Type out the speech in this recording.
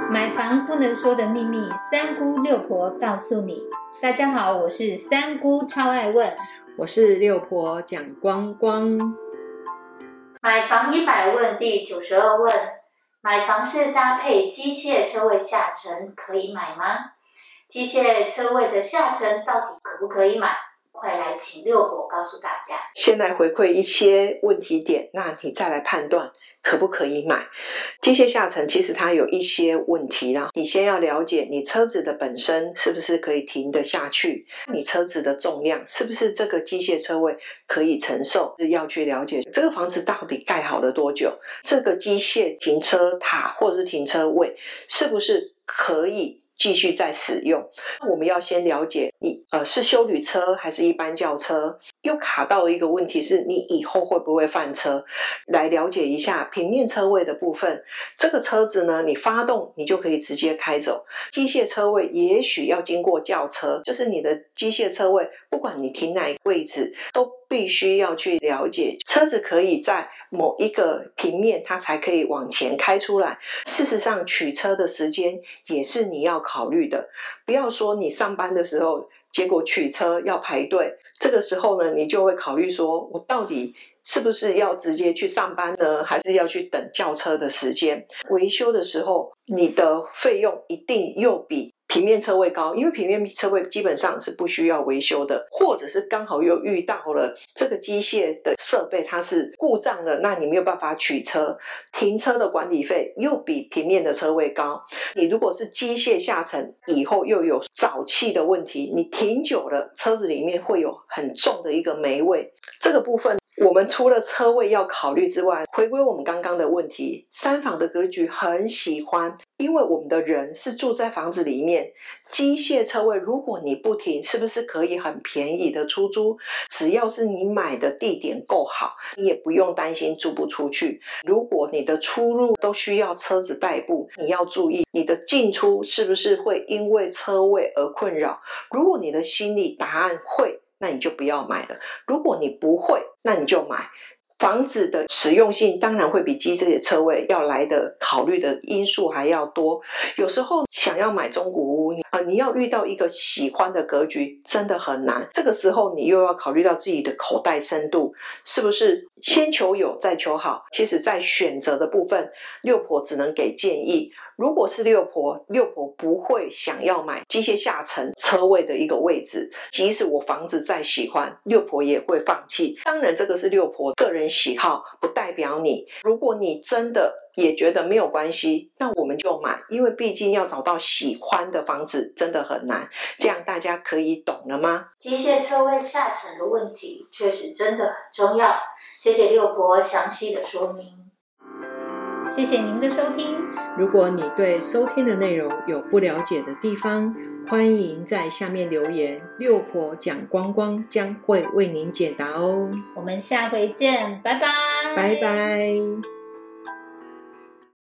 买房不能说的秘密，三姑六婆告诉你。大家好，我是三姑超爱问， 我是六婆蒋光光。 买房100问第92问，买房是搭配机械车位下沉可以买吗？机械车位的下沉到底可不可以买？快来请六婆告诉大家。 先来回馈一些问题点，那你再来判断可不可以买。机械下沉其实它有一些问题啦，你先要了解你车子的本身是不是可以停得下去，你车子的重量是不是这个机械车位可以承受，是要去了解这个房子到底盖好了多久，这个机械停车塔或者是停车位是不是可以继续再使用。我们要先了解你是休旅车还是一般轿车，又卡到一个问题是你以后会不会翻车，来了解一下平面车位的部分。这个车子呢，你发动你就可以直接开走，机械车位也许要经过轿车，就是你的机械车位不管你停哪个位置都必须要去了解车子可以在某一个平面它才可以往前开出来。事实上取车的时间也是你要考虑的，不要说你上班的时候结果取车要排队，这个时候呢你就会考虑说我到底是不是要直接去上班呢，还是要去等轿车的时间。维修的时候你的费用一定又比平面车位高，因为平面车位基本上是不需要维修的，或者是刚好又遇到了这个机械的设备它是故障了，那你没有办法取车，停车的管理费又比平面的车位高。你如果是机械下沉以后又有沼气的问题，你停久了车子里面会有很重的一个霉味。这个部分我们除了车位要考虑之外，回归我们刚刚的问题，三房的格局很喜欢，因为我们的人是住在房子里面，机械车位如果你不停，是不是可以很便宜的出租？只要是你买的地点够好，你也不用担心租不出去。如果你的出入都需要车子代步，你要注意你的进出是不是会因为车位而困扰。如果你的心里答案会，那你就不要买了。如果你不会，那你就买。房子的实用性当然会比机械车位要来的考虑的因素还要多。有时候想要买中古屋，你要遇到一个喜欢的格局真的很难。这个时候你又要考虑到自己的口袋深度，是不是先求有再求好。其实在选择的部分，六婆只能给建议。如果是六婆不会想要买机械下沉车位的一个位置，即使我房子再喜欢，六婆也会放弃。当然这个是六婆个人喜好，不代表你。如果你真的也觉得没有关系，那我们就买，因为毕竟要找到喜欢的房子真的很难。这样大家可以懂了吗？ 机械车位下沉的问题确实真的很重要，谢谢六婆详细的说明。谢谢您的收听。 如果你对收听的内容有不了解的地方，欢迎在下面留言，六婆蒋光光将会为您解答哦。 我们下回见，拜拜。 拜拜。